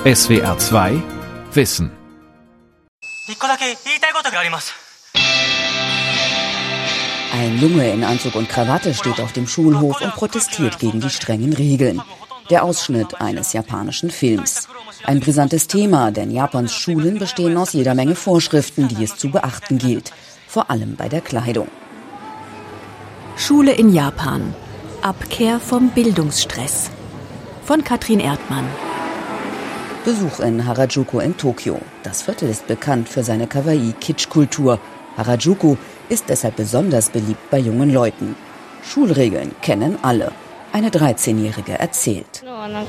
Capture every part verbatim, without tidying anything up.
S W R zwei Wissen. Ein Junge in Anzug und Krawatte steht auf dem Schulhof und protestiert gegen die strengen Regeln. Der Ausschnitt eines japanischen Films. Ein brisantes Thema, denn Japans Schulen bestehen aus jeder Menge Vorschriften, die es zu beachten gilt. Vor allem bei der Kleidung. Schule in Japan. Abkehr vom Bildungsstress. Von Katrin Erdmann. Besuch in Harajuku in Tokio. Das Viertel ist bekannt für seine Kawaii-Kitsch-Kultur. Harajuku ist deshalb besonders beliebt bei jungen Leuten. Schulregeln kennen alle. Eine dreizehnjährige erzählt.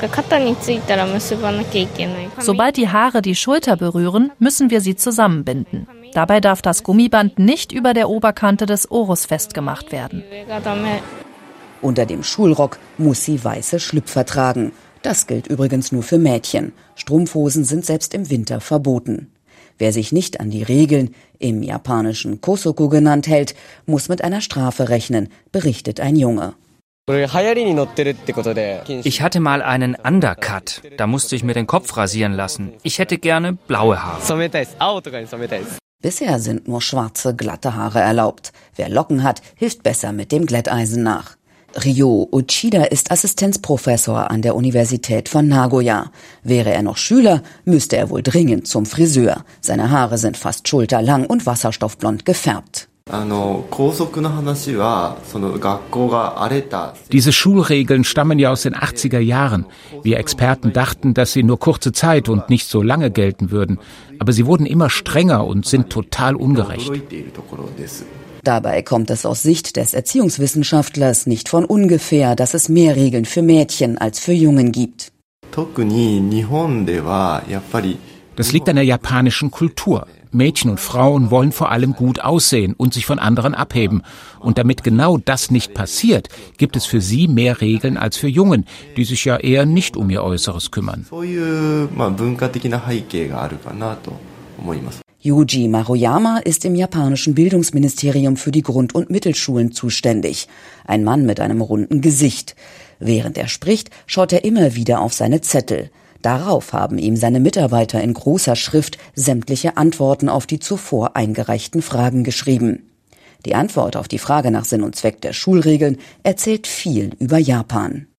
Sobald die Haare die Schulter berühren, müssen wir sie zusammenbinden. Dabei darf das Gummiband nicht über der Oberkante des Ohrus festgemacht werden. Unter dem Schulrock muss sie weiße Schlüpfer tragen. Das gilt übrigens nur für Mädchen. Strumpfhosen sind selbst im Winter verboten. Wer sich nicht an die Regeln, im japanischen Kosoku genannt, hält, muss mit einer Strafe rechnen, berichtet ein Junge. Ich hatte mal einen Undercut. Da musste ich mir den Kopf rasieren lassen. Ich hätte gerne blaue Haare. Bisher sind nur schwarze, glatte Haare erlaubt. Wer Locken hat, hilft besser mit dem Glätteisen nach. Ryo Uchida ist Assistenzprofessor an der Universität von Nagoya. Wäre er noch Schüler, müsste er wohl dringend zum Friseur. Seine Haare sind fast schulterlang und wasserstoffblond gefärbt. Diese Schulregeln stammen ja aus den achtziger Jahren. Wir Experten dachten, dass sie nur kurze Zeit und nicht so lange gelten würden. Aber sie wurden immer strenger und sind total ungerecht. Dabei kommt es aus Sicht des Erziehungswissenschaftlers nicht von ungefähr, dass es mehr Regeln für Mädchen als für Jungen gibt. Das liegt an der japanischen Kultur. Mädchen und Frauen wollen vor allem gut aussehen und sich von anderen abheben. Und damit genau das nicht passiert, gibt es für sie mehr Regeln als für Jungen, die sich ja eher nicht um ihr Äußeres kümmern. Yuji Maruyama ist im japanischen Bildungsministerium für die Grund- und Mittelschulen zuständig. Ein Mann mit einem runden Gesicht. Während er spricht, schaut er immer wieder auf seine Zettel. Darauf haben ihm seine Mitarbeiter in großer Schrift sämtliche Antworten auf die zuvor eingereichten Fragen geschrieben. Die Antwort auf die Frage nach Sinn und Zweck der Schulregeln erzählt viel über Japan.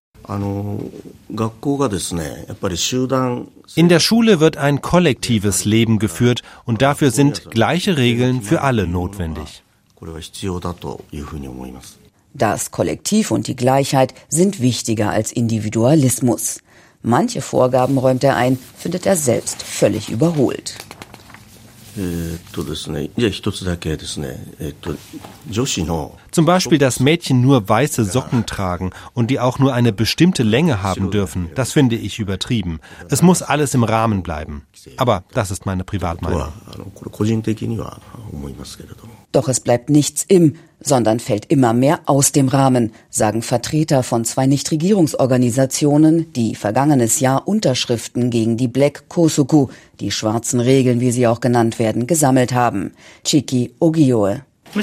In der Schule wird ein kollektives Leben geführt und dafür sind gleiche Regeln für alle notwendig. Das Kollektiv und die Gleichheit sind wichtiger als Individualismus. Manche Vorgaben, räumt er ein, findet er selbst völlig überholt. Zum Beispiel, dass Mädchen nur weiße Socken tragen und die auch nur eine bestimmte Länge haben dürfen, das finde ich übertrieben. Es muss alles im Rahmen bleiben. Aber das ist meine Privatmeinung. Doch es bleibt nichts im, sondern fällt immer mehr aus dem Rahmen, sagen Vertreter von zwei Nichtregierungsorganisationen, die vergangenes Jahr Unterschriften gegen die Black Kosoku, die schwarzen Regeln, wie sie auch genannt werden, gesammelt haben. Chiki Ogioe.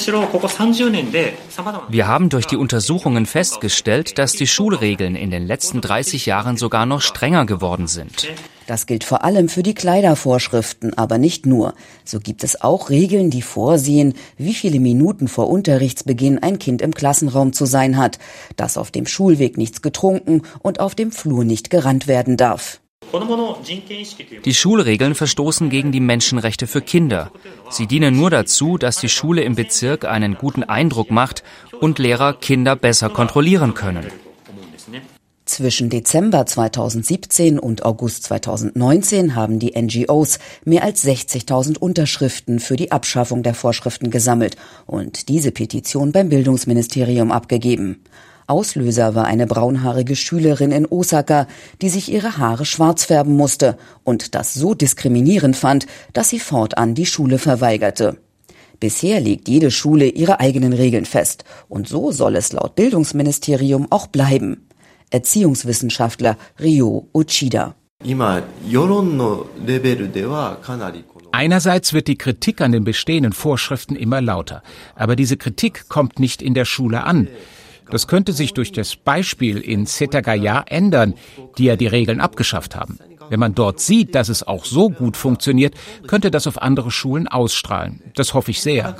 Wir haben durch die Untersuchungen festgestellt, dass die Schulregeln in den letzten dreißig Jahren sogar noch strenger geworden sind. Das gilt vor allem für die Kleidervorschriften, aber nicht nur. So gibt es auch Regeln, die vorsehen, wie viele Minuten vor Unterrichtsbeginn ein Kind im Klassenraum zu sein hat, dass auf dem Schulweg nichts getrunken und auf dem Flur nicht gerannt werden darf. Die Schulregeln verstoßen gegen die Menschenrechte für Kinder. Sie dienen nur dazu, dass die Schule im Bezirk einen guten Eindruck macht und Lehrer Kinder besser kontrollieren können. Zwischen Dezember zweitausendsiebzehn und August zweitausendneunzehn haben die N G Os mehr als sechzigtausend Unterschriften für die Abschaffung der Vorschriften gesammelt und diese Petition beim Bildungsministerium abgegeben. Auslöser war eine braunhaarige Schülerin in Osaka, die sich ihre Haare schwarz färben musste und das so diskriminierend fand, dass sie fortan die Schule verweigerte. Bisher legt jede Schule ihre eigenen Regeln fest und so soll es laut Bildungsministerium auch bleiben. Erziehungswissenschaftler Ryo Uchida. Einerseits wird die Kritik an den bestehenden Vorschriften immer lauter, aber diese Kritik kommt nicht in der Schule an. Das könnte sich durch das Beispiel in Setagaya ändern, die ja die Regeln abgeschafft haben. Wenn man dort sieht, dass es auch so gut funktioniert, könnte das auf andere Schulen ausstrahlen. Das hoffe ich sehr.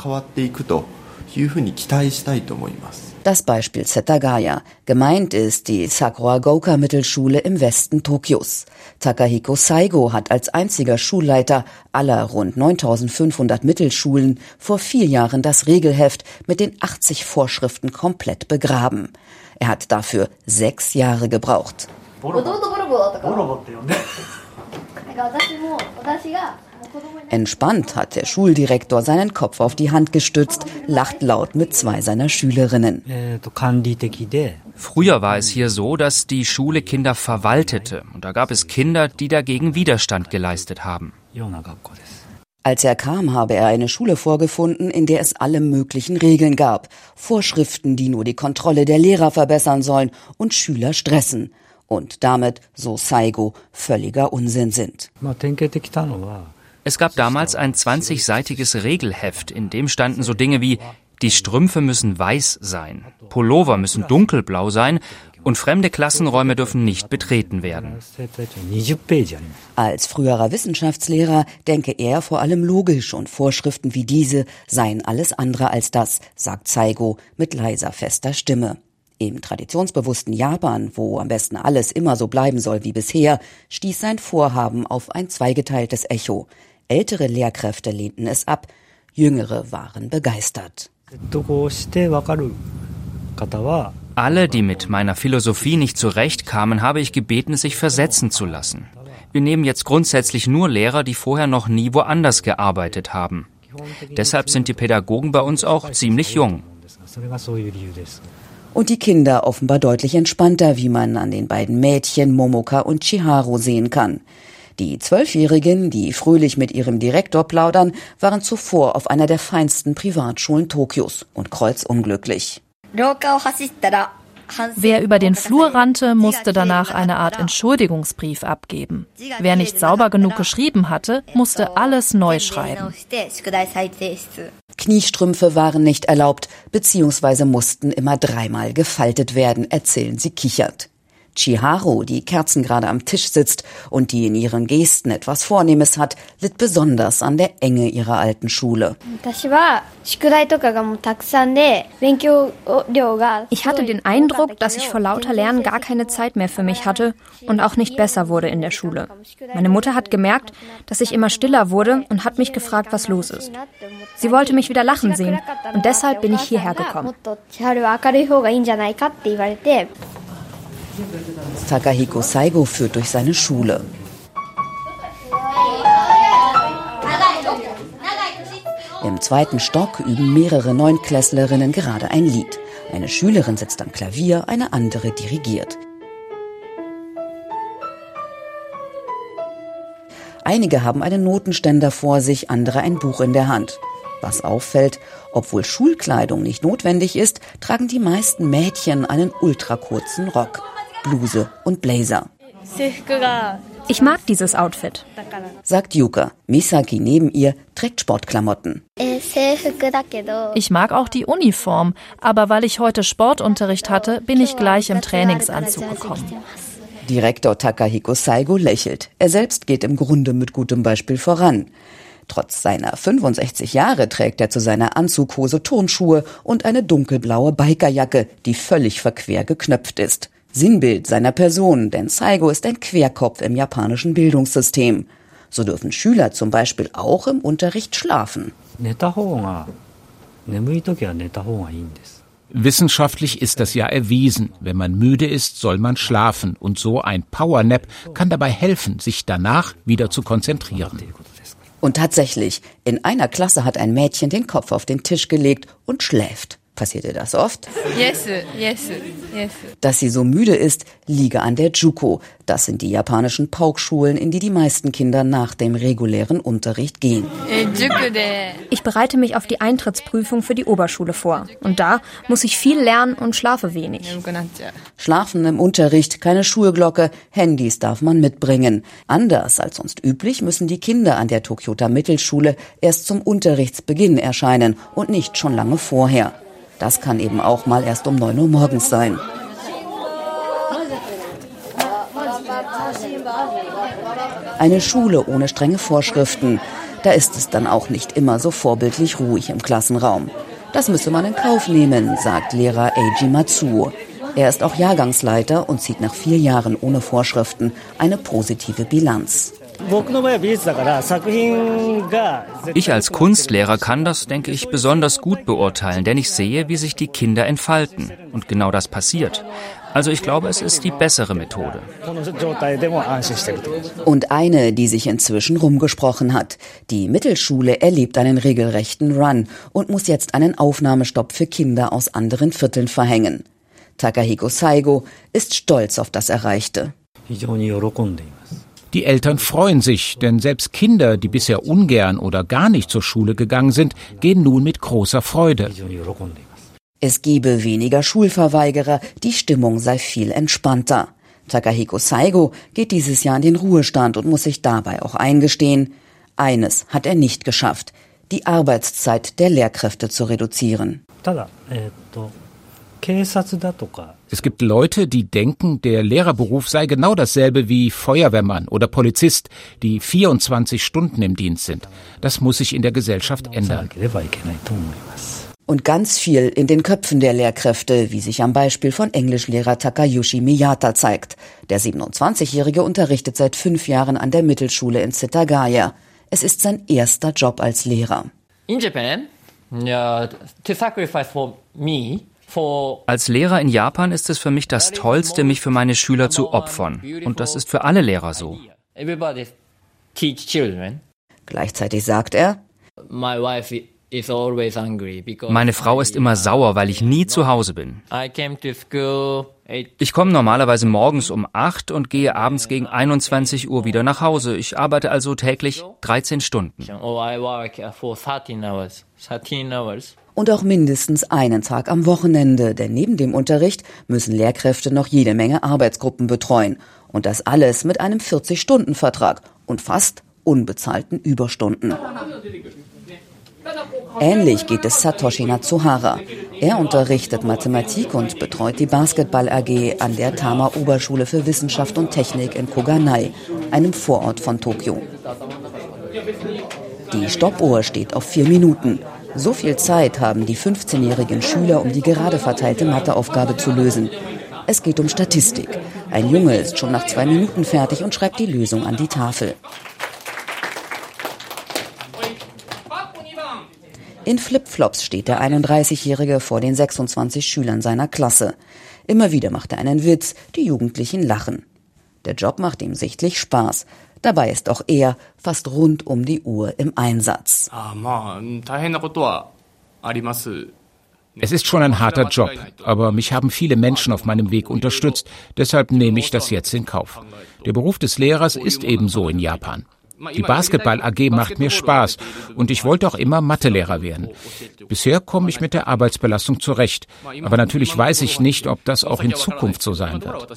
Das Beispiel Setagaya. Gemeint ist die Sakura-Goka-Mittelschule im Westen Tokios. Takahiko Saigo hat als einziger Schulleiter aller rund neuntausendfünfhundert Mittelschulen vor vier Jahren das Regelheft mit den achtzig Vorschriften komplett begraben. Er hat dafür sechs Jahre gebraucht. Entspannt hat der Schuldirektor seinen Kopf auf die Hand gestützt, lacht laut mit zwei seiner Schülerinnen. Früher war es hier so, dass die Schule Kinder verwaltete. Und da gab es Kinder, die dagegen Widerstand geleistet haben. Als er kam, habe er eine Schule vorgefunden, in der es alle möglichen Regeln gab. Vorschriften, die nur die Kontrolle der Lehrer verbessern sollen und Schüler stressen. Und damit, so Saigo, völliger Unsinn sind. Es gab damals ein zwanzigseitiges Regelheft, in dem standen so Dinge wie: Die Strümpfe müssen weiß sein, Pullover müssen dunkelblau sein und fremde Klassenräume dürfen nicht betreten werden. Als früherer Wissenschaftslehrer denke er vor allem logisch und Vorschriften wie diese seien alles andere als das, sagt Saigo mit leiser, fester Stimme. Im traditionsbewussten Japan, wo am besten alles immer so bleiben soll wie bisher, stieß sein Vorhaben auf ein zweigeteiltes Echo. Ältere Lehrkräfte lehnten es ab, jüngere waren begeistert. Alle, die mit meiner Philosophie nicht zurechtkamen, habe ich gebeten, sich versetzen zu lassen. Wir nehmen jetzt grundsätzlich nur Lehrer, die vorher noch nie woanders gearbeitet haben. Deshalb sind die Pädagogen bei uns auch ziemlich jung. Und die Kinder offenbar deutlich entspannter, wie man an den beiden Mädchen Momoka und Chiharu sehen kann. Die Zwölfjährigen, die fröhlich mit ihrem Direktor plaudern, waren zuvor auf einer der feinsten Privatschulen Tokios und kreuzunglücklich. Wer über den Flur rannte, musste danach eine Art Entschuldigungsbrief abgeben. Wer nicht sauber genug geschrieben hatte, musste alles neu schreiben. Kniestrümpfe waren nicht erlaubt, beziehungsweise mussten immer dreimal gefaltet werden, erzählen sie kichert. Chiharu, die kerzengerade am Tisch sitzt und die in ihren Gesten etwas Vornehmes hat, litt besonders an der Enge ihrer alten Schule. Ich hatte den Eindruck, dass ich vor lauter Lernen gar keine Zeit mehr für mich hatte und auch nicht besser wurde in der Schule. Meine Mutter hat gemerkt, dass ich immer stiller wurde und hat mich gefragt, was los ist. Sie wollte mich wieder lachen sehen und deshalb bin ich hierher gekommen. Takahiko Saigo führt durch seine Schule. Im zweiten Stock üben mehrere Neunklässlerinnen gerade ein Lied. Eine Schülerin sitzt am Klavier, eine andere dirigiert. Einige haben einen Notenständer vor sich, andere ein Buch in der Hand. Was auffällt, obwohl Schulkleidung nicht notwendig ist, tragen die meisten Mädchen einen ultrakurzen Rock, Bluse und Blazer. Ich mag dieses Outfit, sagt Yuka. Misaki neben ihr trägt Sportklamotten. Ich mag auch die Uniform, aber weil ich heute Sportunterricht hatte, bin ich gleich im Trainingsanzug gekommen. Direktor Takahiko Saigo lächelt. Er selbst geht im Grunde mit gutem Beispiel voran. Trotz seiner fünfundsechzig Jahre trägt er zu seiner Anzughose Turnschuhe und eine dunkelblaue Bikerjacke, die völlig verquer geknöpft ist. Sinnbild seiner Person, denn Saigo ist ein Querkopf im japanischen Bildungssystem. So dürfen Schüler zum Beispiel auch im Unterricht schlafen. Wissenschaftlich ist das ja erwiesen. Wenn man müde ist, soll man schlafen. Und so ein Powernap kann dabei helfen, sich danach wieder zu konzentrieren. Und tatsächlich, in einer Klasse hat ein Mädchen den Kopf auf den Tisch gelegt und schläft. Passiert dir das oft? Yes, yes, yes. Dass sie so müde ist, liege an der Juko. Das sind die japanischen Paukschulen, in die die meisten Kinder nach dem regulären Unterricht gehen. Ich bereite mich auf die Eintrittsprüfung für die Oberschule vor. Und da muss ich viel lernen und schlafe wenig. Schlafen im Unterricht, keine Schulglocke, Handys darf man mitbringen. Anders als sonst üblich müssen die Kinder an der Tokyota Mittelschule erst zum Unterrichtsbeginn erscheinen und nicht schon lange vorher. Das kann eben auch mal erst um neun Uhr morgens sein. Eine Schule ohne strenge Vorschriften. Da ist es dann auch nicht immer so vorbildlich ruhig im Klassenraum. Das müsse man in Kauf nehmen, sagt Lehrer Eiji Matsuo. Er ist auch Jahrgangsleiter und zieht nach vier Jahren ohne Vorschriften eine positive Bilanz. Ich als Kunstlehrer kann das, denke ich, besonders gut beurteilen, denn ich sehe, wie sich die Kinder entfalten. Und genau das passiert. Also ich glaube, es ist die bessere Methode. Und eine, die sich inzwischen rumgesprochen hat. Die Mittelschule erlebt einen regelrechten Run und muss jetzt einen Aufnahmestopp für Kinder aus anderen Vierteln verhängen. Takahiko Saigo ist stolz auf das Erreichte. Die Eltern freuen sich, denn selbst Kinder, die bisher ungern oder gar nicht zur Schule gegangen sind, gehen nun mit großer Freude. Es gebe weniger Schulverweigerer, die Stimmung sei viel entspannter. Takahiko Saigo geht dieses Jahr in den Ruhestand und muss sich dabei auch eingestehen: Eines hat er nicht geschafft, die Arbeitszeit der Lehrkräfte zu reduzieren. Es gibt Leute, die denken, der Lehrerberuf sei genau dasselbe wie Feuerwehrmann oder Polizist, die vierundzwanzig Stunden im Dienst sind. Das muss sich in der Gesellschaft ändern. Und ganz viel in den Köpfen der Lehrkräfte, wie sich am Beispiel von Englischlehrer Takayushi Miyata zeigt. Der siebenundzwanzigjährige unterrichtet seit fünf Jahren an der Mittelschule in Setagaya. Es ist sein erster Job als Lehrer. In Japan, yeah, to sacrifice for me. Als Lehrer in Japan ist es für mich das Tollste, mich für meine Schüler zu opfern. Und das ist für alle Lehrer so. Gleichzeitig sagt er: Meine Frau ist immer sauer, weil ich nie zu Hause bin. Ich komme normalerweise morgens um acht und gehe abends gegen einundzwanzig Uhr wieder nach Hause. Ich arbeite also täglich dreizehn Stunden. Und auch mindestens einen Tag am Wochenende, denn neben dem Unterricht müssen Lehrkräfte noch jede Menge Arbeitsgruppen betreuen. Und das alles mit einem vierzig-Stunden-Vertrag und fast unbezahlten Überstunden. Ähnlich geht es Satoshi Natsuhara. Er unterrichtet Mathematik und betreut die Basketball-A G an der Tama-Oberschule für Wissenschaft und Technik in Koganai, einem Vorort von Tokio. Die Stoppuhr steht auf vier Minuten. So viel Zeit haben die fünfzehnjährigen Schüler, um die gerade verteilte Matheaufgabe zu lösen. Es geht um Statistik. Ein Junge ist schon nach zwei Minuten fertig und schreibt die Lösung an die Tafel. In Flipflops steht der einunddreißigjährige vor den sechsundzwanzig Schülern seiner Klasse. Immer wieder macht er einen Witz, die Jugendlichen lachen. Der Job macht ihm sichtlich Spaß. Dabei ist auch er fast rund um die Uhr im Einsatz. Es ist schon ein harter Job, aber mich haben viele Menschen auf meinem Weg unterstützt. Deshalb nehme ich das jetzt in Kauf. Der Beruf des Lehrers ist ebenso in Japan. Die Basketball-A G macht mir Spaß und ich wollte auch immer Mathelehrer werden. Bisher komme ich mit der Arbeitsbelastung zurecht, aber natürlich weiß ich nicht, ob das auch in Zukunft so sein wird.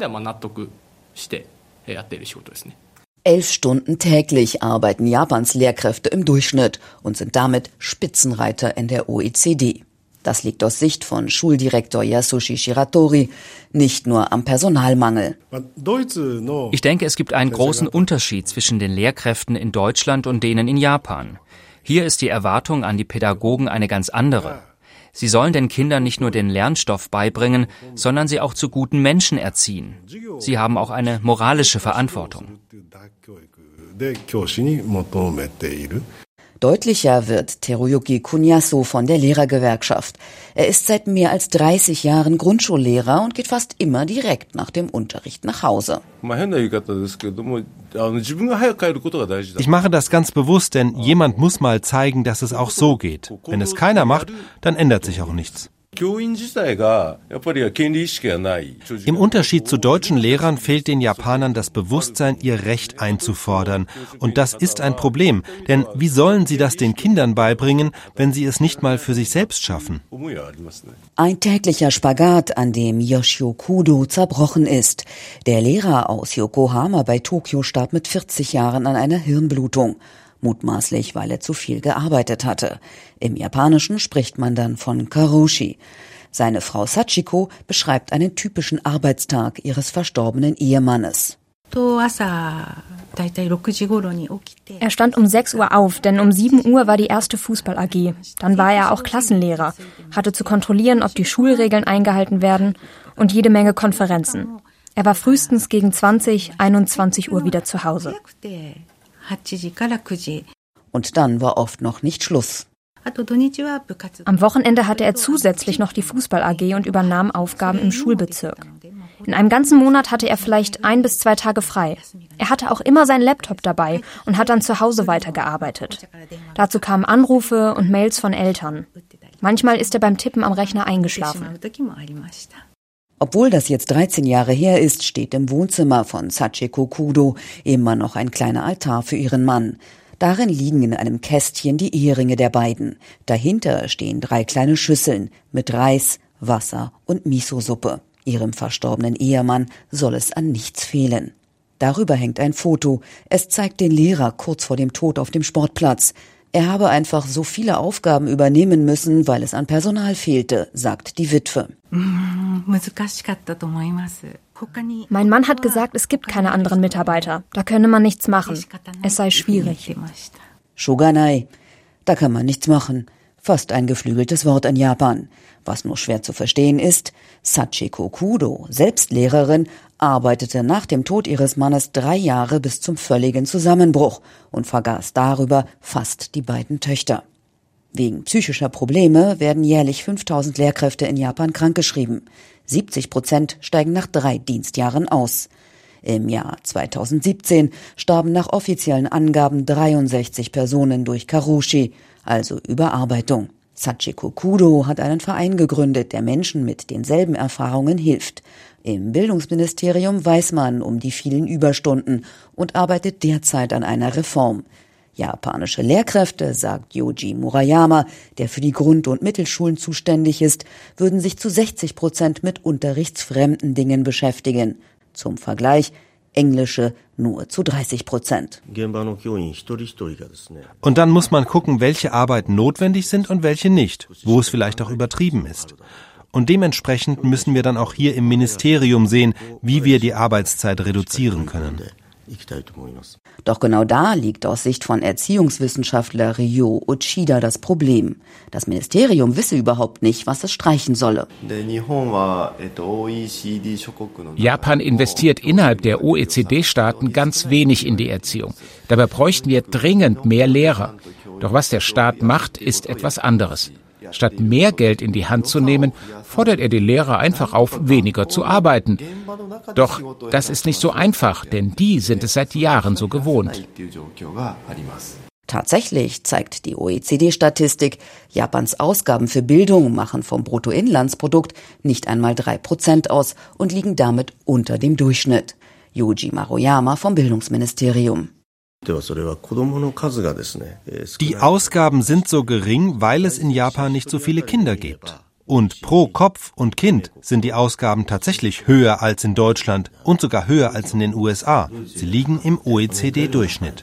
Elf Stunden täglich arbeiten Japans Lehrkräfte im Durchschnitt und sind damit Spitzenreiter in der O E C D. Das liegt aus Sicht von Schuldirektor Yasushi Shiratori nicht nur am Personalmangel. Ich denke, es gibt einen großen Unterschied zwischen den Lehrkräften in Deutschland und denen in Japan. Hier ist die Erwartung an die Pädagogen eine ganz andere. Sie sollen den Kindern nicht nur den Lernstoff beibringen, sondern sie auch zu guten Menschen erziehen. Sie haben auch eine moralische Verantwortung. Deutlicher wird Teruyuki Kunyasu von der Lehrergewerkschaft. Er ist seit mehr als dreißig Jahren Grundschullehrer und geht fast immer direkt nach dem Unterricht nach Hause. Ich mache das ganz bewusst, denn jemand muss mal zeigen, dass es auch so geht. Wenn es keiner macht, dann ändert sich auch nichts. Im Unterschied zu deutschen Lehrern fehlt den Japanern das Bewusstsein, ihr Recht einzufordern. Und das ist ein Problem, denn wie sollen sie das den Kindern beibringen, wenn sie es nicht mal für sich selbst schaffen? Ein täglicher Spagat, an dem Yoshio Kudo zerbrochen ist. Der Lehrer aus Yokohama bei Tokio starb mit vierzig Jahren an einer Hirnblutung. Mutmaßlich, weil er zu viel gearbeitet hatte. Im Japanischen spricht man dann von Karoshi. Seine Frau Sachiko beschreibt einen typischen Arbeitstag ihres verstorbenen Ehemannes. Er stand um sechs Uhr auf, denn um sieben Uhr war die erste Fußball-A G. Dann war er auch Klassenlehrer, hatte zu kontrollieren, ob die Schulregeln eingehalten werden und jede Menge Konferenzen. Er war frühestens gegen zwanzig, einundzwanzig Uhr wieder zu Hause. Und dann war oft noch nicht Schluss. Am Wochenende hatte er zusätzlich noch die Fußball-A G und übernahm Aufgaben im Schulbezirk. In einem ganzen Monat hatte er vielleicht ein bis zwei Tage frei. Er hatte auch immer seinen Laptop dabei und hat dann zu Hause weitergearbeitet. Dazu kamen Anrufe und Mails von Eltern. Manchmal ist er beim Tippen am Rechner eingeschlafen. Obwohl das jetzt dreizehn Jahre her ist, steht im Wohnzimmer von Sachiko Kudo immer noch ein kleiner Altar für ihren Mann. Darin liegen in einem Kästchen die Eheringe der beiden. Dahinter stehen drei kleine Schüsseln mit Reis, Wasser und Miso-Suppe. Ihrem verstorbenen Ehemann soll es an nichts fehlen. Darüber hängt ein Foto. Es zeigt den Lehrer kurz vor dem Tod auf dem Sportplatz. Er habe einfach so viele Aufgaben übernehmen müssen, weil es an Personal fehlte, sagt die Witwe. Mein Mann hat gesagt, es gibt keine anderen Mitarbeiter. Da könne man nichts machen. Es sei schwierig. Shoganai. Da kann man nichts machen. Fast ein geflügeltes Wort in Japan. Was nur schwer zu verstehen ist, Sachiko Kudo, selbst Lehrerin, arbeitete nach dem Tod ihres Mannes drei Jahre bis zum völligen Zusammenbruch und vergaß darüber fast die beiden Töchter. Wegen psychischer Probleme werden jährlich fünftausend Lehrkräfte in Japan krankgeschrieben. siebzig Prozent steigen nach drei Dienstjahren aus. Im Jahr zweitausendsiebzehn starben nach offiziellen Angaben dreiundsechzig Personen durch Karoshi, also Überarbeitung. Sachiko Kudo hat einen Verein gegründet, der Menschen mit denselben Erfahrungen hilft. Im Bildungsministerium weiß man um die vielen Überstunden und arbeitet derzeit an einer Reform. Japanische Lehrkräfte, sagt Yoji Murayama, der für die Grund- und Mittelschulen zuständig ist, würden sich zu sechzig Prozent mit unterrichtsfremden Dingen beschäftigen. Zum Vergleich, Englische nur zu dreißig Prozent. Und dann muss man gucken, welche Arbeiten notwendig sind und welche nicht, wo es vielleicht auch übertrieben ist. Und dementsprechend müssen wir dann auch hier im Ministerium sehen, wie wir die Arbeitszeit reduzieren können. Doch genau da liegt aus Sicht von Erziehungswissenschaftler Ryo Uchida das Problem. Das Ministerium wisse überhaupt nicht, was es streichen solle. Japan investiert innerhalb der O E C D-Staaten ganz wenig in die Erziehung. Dabei bräuchten wir dringend mehr Lehrer. Doch was der Staat macht, ist etwas anderes. Statt mehr Geld in die Hand zu nehmen, fordert er die Lehrer einfach auf, weniger zu arbeiten. Doch das ist nicht so einfach, denn die sind es seit Jahren so gewohnt. Tatsächlich zeigt die O E C D-Statistik, Japans Ausgaben für Bildung machen vom Bruttoinlandsprodukt nicht einmal drei Prozent aus und liegen damit unter dem Durchschnitt. Yoji Maruyama vom Bildungsministerium. Die Ausgaben sind so gering, weil es in Japan nicht so viele Kinder gibt. Und pro Kopf und Kind sind die Ausgaben tatsächlich höher als in Deutschland und sogar höher als in den U S A. Sie liegen im O E C D-Durchschnitt.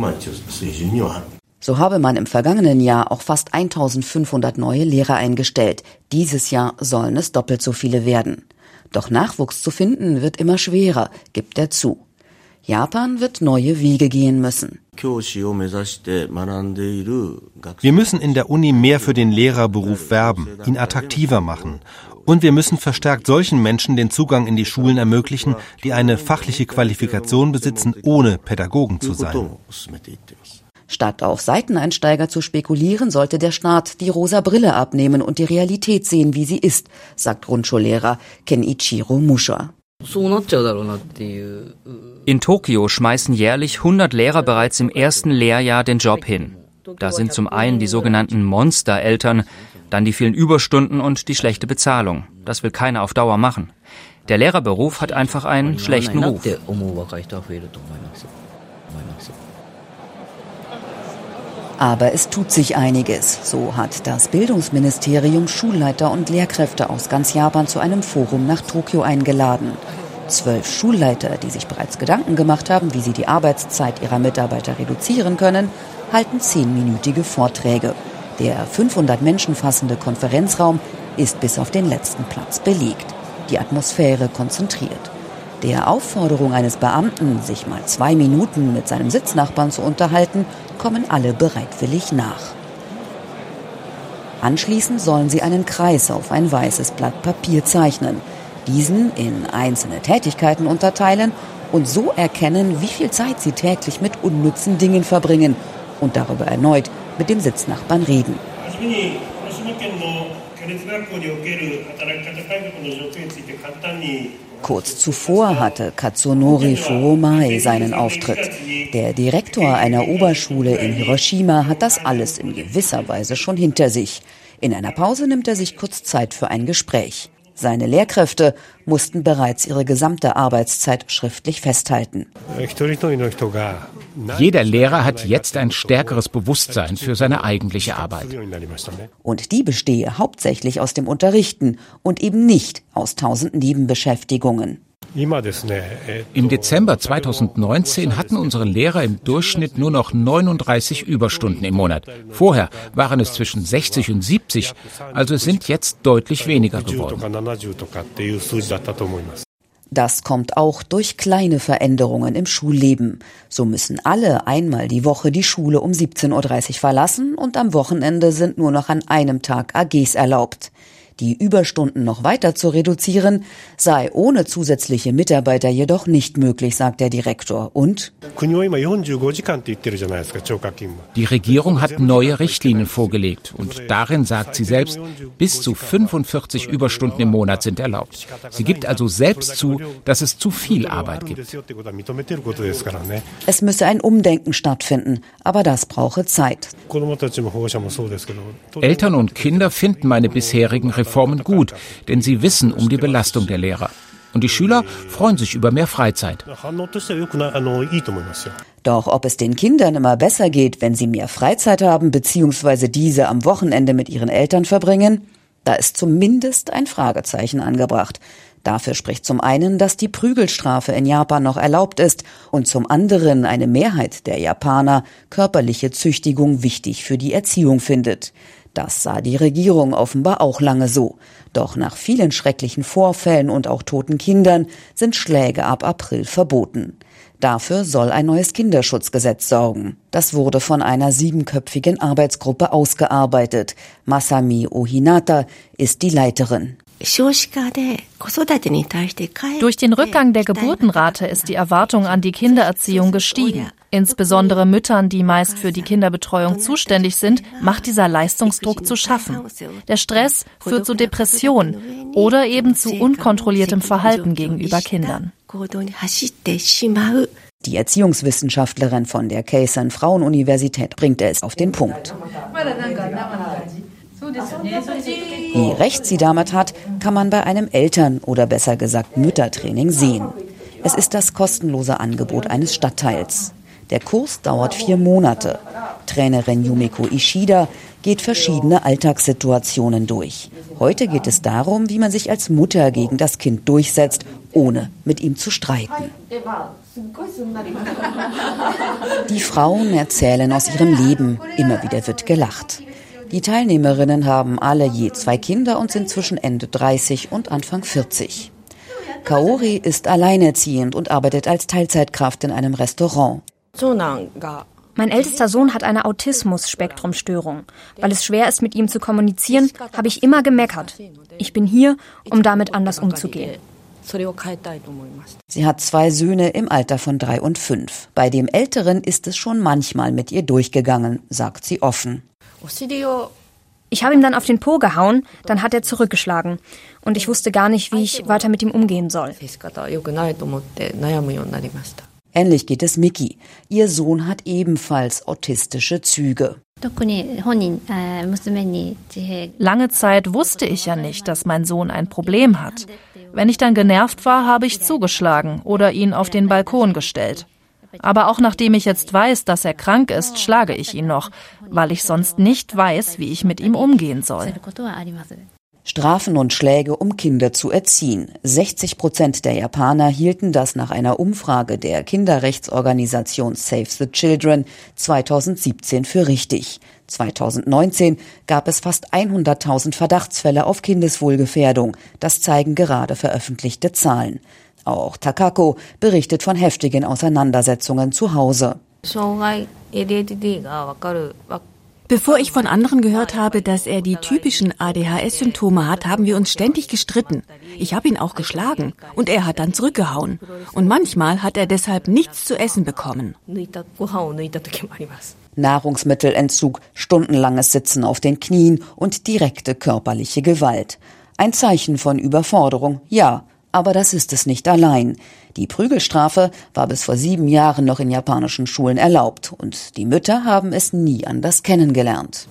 So habe man im vergangenen Jahr auch fast eintausendfünfhundert neue Lehrer eingestellt. Dieses Jahr sollen es doppelt so viele werden. Doch Nachwuchs zu finden wird immer schwerer, gibt er zu. Japan wird neue Wege gehen müssen. Wir müssen in der Uni mehr für den Lehrerberuf werben, ihn attraktiver machen. Und wir müssen verstärkt solchen Menschen den Zugang in die Schulen ermöglichen, die eine fachliche Qualifikation besitzen, ohne Pädagogen zu sein. Statt auf Seiteneinsteiger zu spekulieren, sollte der Staat die rosa Brille abnehmen und die Realität sehen, wie sie ist, sagt Grundschullehrer Kenichiro Musha. In Tokio schmeißen jährlich hundert Lehrer bereits im ersten Lehrjahr den Job hin. Da sind zum einen die sogenannten Monstereltern, dann die vielen Überstunden und die schlechte Bezahlung. Das will keiner auf Dauer machen. Der Lehrerberuf hat einfach einen schlechten Ruf. Aber es tut sich einiges. So hat das Bildungsministerium Schulleiter und Lehrkräfte aus ganz Japan zu einem Forum nach Tokio eingeladen. Zwölf Schulleiter, die sich bereits Gedanken gemacht haben, wie sie die Arbeitszeit ihrer Mitarbeiter reduzieren können, halten zehnminütige Vorträge. Der fünfhundert Menschen fassende Konferenzraum ist bis auf den letzten Platz belegt. Die Atmosphäre konzentriert. Der Aufforderung eines Beamten, sich mal zwei Minuten mit seinem Sitznachbarn zu unterhalten, kommen alle bereitwillig nach. Anschließend sollen sie einen Kreis auf ein weißes Blatt Papier zeichnen, diesen in einzelne Tätigkeiten unterteilen und so erkennen, wie viel Zeit sie täglich mit unnützen Dingen verbringen und darüber erneut mit dem Sitznachbarn reden. Kurz zuvor hatte Katsunori Furumae seinen Auftritt. Der Direktor einer Oberschule in Hiroshima hat das alles in gewisser Weise schon hinter sich. In einer Pause nimmt er sich kurz Zeit für ein Gespräch. Seine Lehrkräfte mussten bereits ihre gesamte Arbeitszeit schriftlich festhalten. Jeder Lehrer hat jetzt ein stärkeres Bewusstsein für seine eigentliche Arbeit. Und die bestehe hauptsächlich aus dem Unterrichten und eben nicht aus tausend Nebenbeschäftigungen. Im Dezember zweitausendneunzehn hatten unsere Lehrer im Durchschnitt nur noch neununddreißig Überstunden im Monat. Vorher waren es zwischen sechzig und siebzig, also es sind jetzt deutlich weniger geworden. Das kommt auch durch kleine Veränderungen im Schulleben. So müssen alle einmal die Woche die Schule um siebzehn Uhr dreißig verlassen und am Wochenende sind nur noch an einem Tag A Gs erlaubt. Die Überstunden noch weiter zu reduzieren, sei ohne zusätzliche Mitarbeiter jedoch nicht möglich, sagt der Direktor. Und? Die Regierung hat neue Richtlinien vorgelegt und darin sagt sie selbst, bis zu fünfundvierzig Überstunden im Monat sind erlaubt. Sie gibt also selbst zu, dass es zu viel Arbeit gibt. Es müsse ein Umdenken stattfinden, aber das brauche Zeit. Eltern und Kinder finden meine bisherigen Reformen gut, denn sie wissen um die Belastung der Lehrer. Und die Schüler freuen sich über mehr Freizeit. Doch ob es den Kindern immer besser geht, wenn sie mehr Freizeit haben bzw. diese am Wochenende mit ihren Eltern verbringen, da ist zumindest ein Fragezeichen angebracht. Dafür spricht zum einen, dass die Prügelstrafe in Japan noch erlaubt ist und zum anderen eine Mehrheit der Japaner körperliche Züchtigung wichtig für die Erziehung findet. Das sah die Regierung offenbar auch lange so. Doch nach vielen schrecklichen Vorfällen und auch toten Kindern sind Schläge ab April verboten. Dafür soll ein neues Kinderschutzgesetz sorgen. Das wurde von einer siebenköpfigen Arbeitsgruppe ausgearbeitet. Masami Ohinata ist die Leiterin. Durch den Rückgang der Geburtenrate ist die Erwartung an die Kindererziehung gestiegen. Insbesondere Müttern, die meist für die Kinderbetreuung zuständig sind, macht dieser Leistungsdruck zu schaffen. Der Stress führt zu Depressionen oder eben zu unkontrolliertem Verhalten gegenüber Kindern. Die Erziehungswissenschaftlerin von der Keisan Frauenuniversität bringt es auf den Punkt. Wie recht sie damit hat, kann man bei einem Eltern- oder besser gesagt Müttertraining sehen. Es ist das kostenlose Angebot eines Stadtteils. Der Kurs dauert vier Monate. Trainerin Yumiko Ishida geht verschiedene Alltagssituationen durch. Heute geht es darum, wie man sich als Mutter gegen das Kind durchsetzt, ohne mit ihm zu streiten. Die Frauen erzählen aus ihrem Leben, immer wieder wird gelacht. Die Teilnehmerinnen haben alle je zwei Kinder und sind zwischen Ende dreißig und Anfang vierzig. Kaori ist alleinerziehend und arbeitet als Teilzeitkraft in einem Restaurant. Mein ältester Sohn hat eine Autismus-Spektrum-Störung. Weil es schwer ist, mit ihm zu kommunizieren, habe ich immer gemeckert. Ich bin hier, um damit anders umzugehen. Sie hat zwei Söhne im Alter von drei und fünf. Bei dem Älteren ist es schon manchmal mit ihr durchgegangen, sagt sie offen. Ich habe ihm dann auf den Po gehauen, dann hat er zurückgeschlagen. Und ich wusste gar nicht, wie ich weiter mit ihm umgehen soll. Ähnlich geht es Miki. Ihr Sohn hat ebenfalls autistische Züge. Lange Zeit wusste ich ja nicht, dass mein Sohn ein Problem hat. Wenn ich dann genervt war, habe ich zugeschlagen oder ihn auf den Balkon gestellt. Aber auch nachdem ich jetzt weiß, dass er krank ist, schlage ich ihn noch, weil ich sonst nicht weiß, wie ich mit ihm umgehen soll. Strafen und Schläge, um Kinder zu erziehen. sechzig Prozent der Japaner hielten das nach einer Umfrage der Kinderrechtsorganisation Save the Children zweitausendsiebzehn für richtig. zweitausendneunzehn gab es fast hunderttausend Verdachtsfälle auf Kindeswohlgefährdung. Das zeigen gerade veröffentlichte Zahlen. Auch Takako berichtet von heftigen Auseinandersetzungen zu Hause. Bevor ich von anderen gehört habe, dass er die typischen A D H S-Symptome hat, haben wir uns ständig gestritten. Ich habe ihn auch geschlagen und er hat dann zurückgehauen. Und manchmal hat er deshalb nichts zu essen bekommen. Nahrungsmittelentzug, stundenlanges Sitzen auf den Knien und direkte körperliche Gewalt. Ein Zeichen von Überforderung, ja, aber das ist es nicht allein. Die Prügelstrafe war bis vor sieben Jahren noch in japanischen Schulen erlaubt und die Mütter haben es nie anders kennengelernt.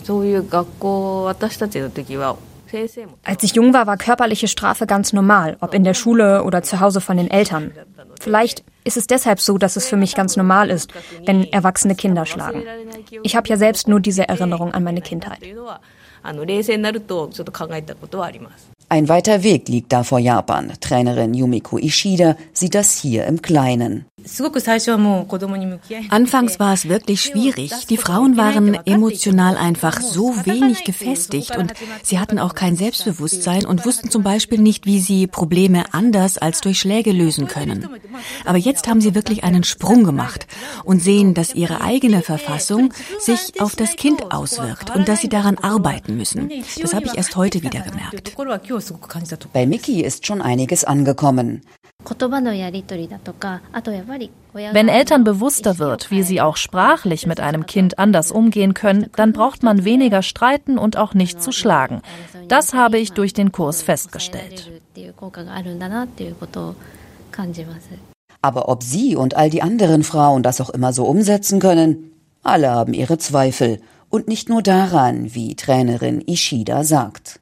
Als ich jung war, war körperliche Strafe ganz normal, ob in der Schule oder zu Hause von den Eltern. Vielleicht ist es deshalb so, dass es für mich ganz normal ist, wenn erwachsene Kinder schlagen. Ich habe ja selbst nur diese Erinnerung an meine Kindheit. Ein weiter Weg liegt da vor Japan. Trainerin Yumiko Ishida sieht das hier im Kleinen. Anfangs war es wirklich schwierig. Die Frauen waren emotional einfach so wenig gefestigt und sie hatten auch kein Selbstbewusstsein und wussten zum Beispiel nicht, wie sie Probleme anders als durch Schläge lösen können. Aber jetzt haben sie wirklich einen Sprung gemacht und sehen, dass ihre eigene Verfassung sich auf das Kind auswirkt und dass sie daran arbeiten müssen. Das habe ich erst heute wieder gemerkt. Bei Miki ist schon einiges angekommen. Wenn Eltern bewusster wird, wie sie auch sprachlich mit einem Kind anders umgehen können, dann braucht man weniger streiten und auch nicht zu schlagen. Das habe ich durch den Kurs festgestellt. Aber ob sie und all die anderen Frauen das auch immer so umsetzen können, alle haben ihre Zweifel. Und nicht nur daran, wie Trainerin Ishida sagt.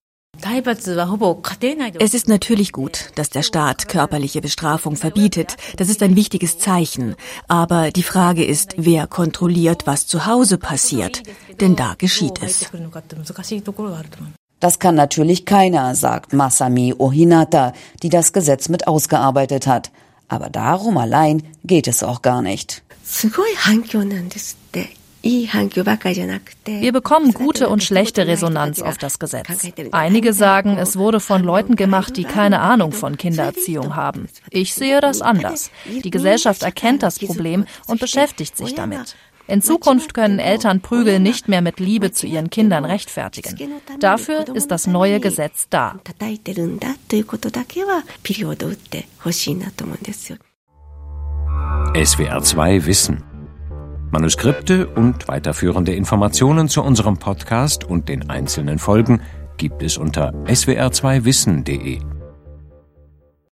Es ist natürlich gut, dass der Staat körperliche Bestrafung verbietet. Das ist ein wichtiges Zeichen. Aber die Frage ist, wer kontrolliert, was zu Hause passiert? Denn da geschieht es. Das kann natürlich keiner, sagt Masami Ohinata, die das Gesetz mit ausgearbeitet hat. Aber darum allein geht es auch gar nicht. Wir bekommen gute und schlechte Resonanz auf das Gesetz. Einige sagen, es wurde von Leuten gemacht, die keine Ahnung von Kindererziehung haben. Ich sehe das anders. Die Gesellschaft erkennt das Problem und beschäftigt sich damit. In Zukunft können Eltern Prügel nicht mehr mit Liebe zu ihren Kindern rechtfertigen. Dafür ist das neue Gesetz da. S W R zwei Wissen. Manuskripte und weiterführende Informationen zu unserem Podcast und den einzelnen Folgen gibt es unter s w r zwei wissen punkt d e.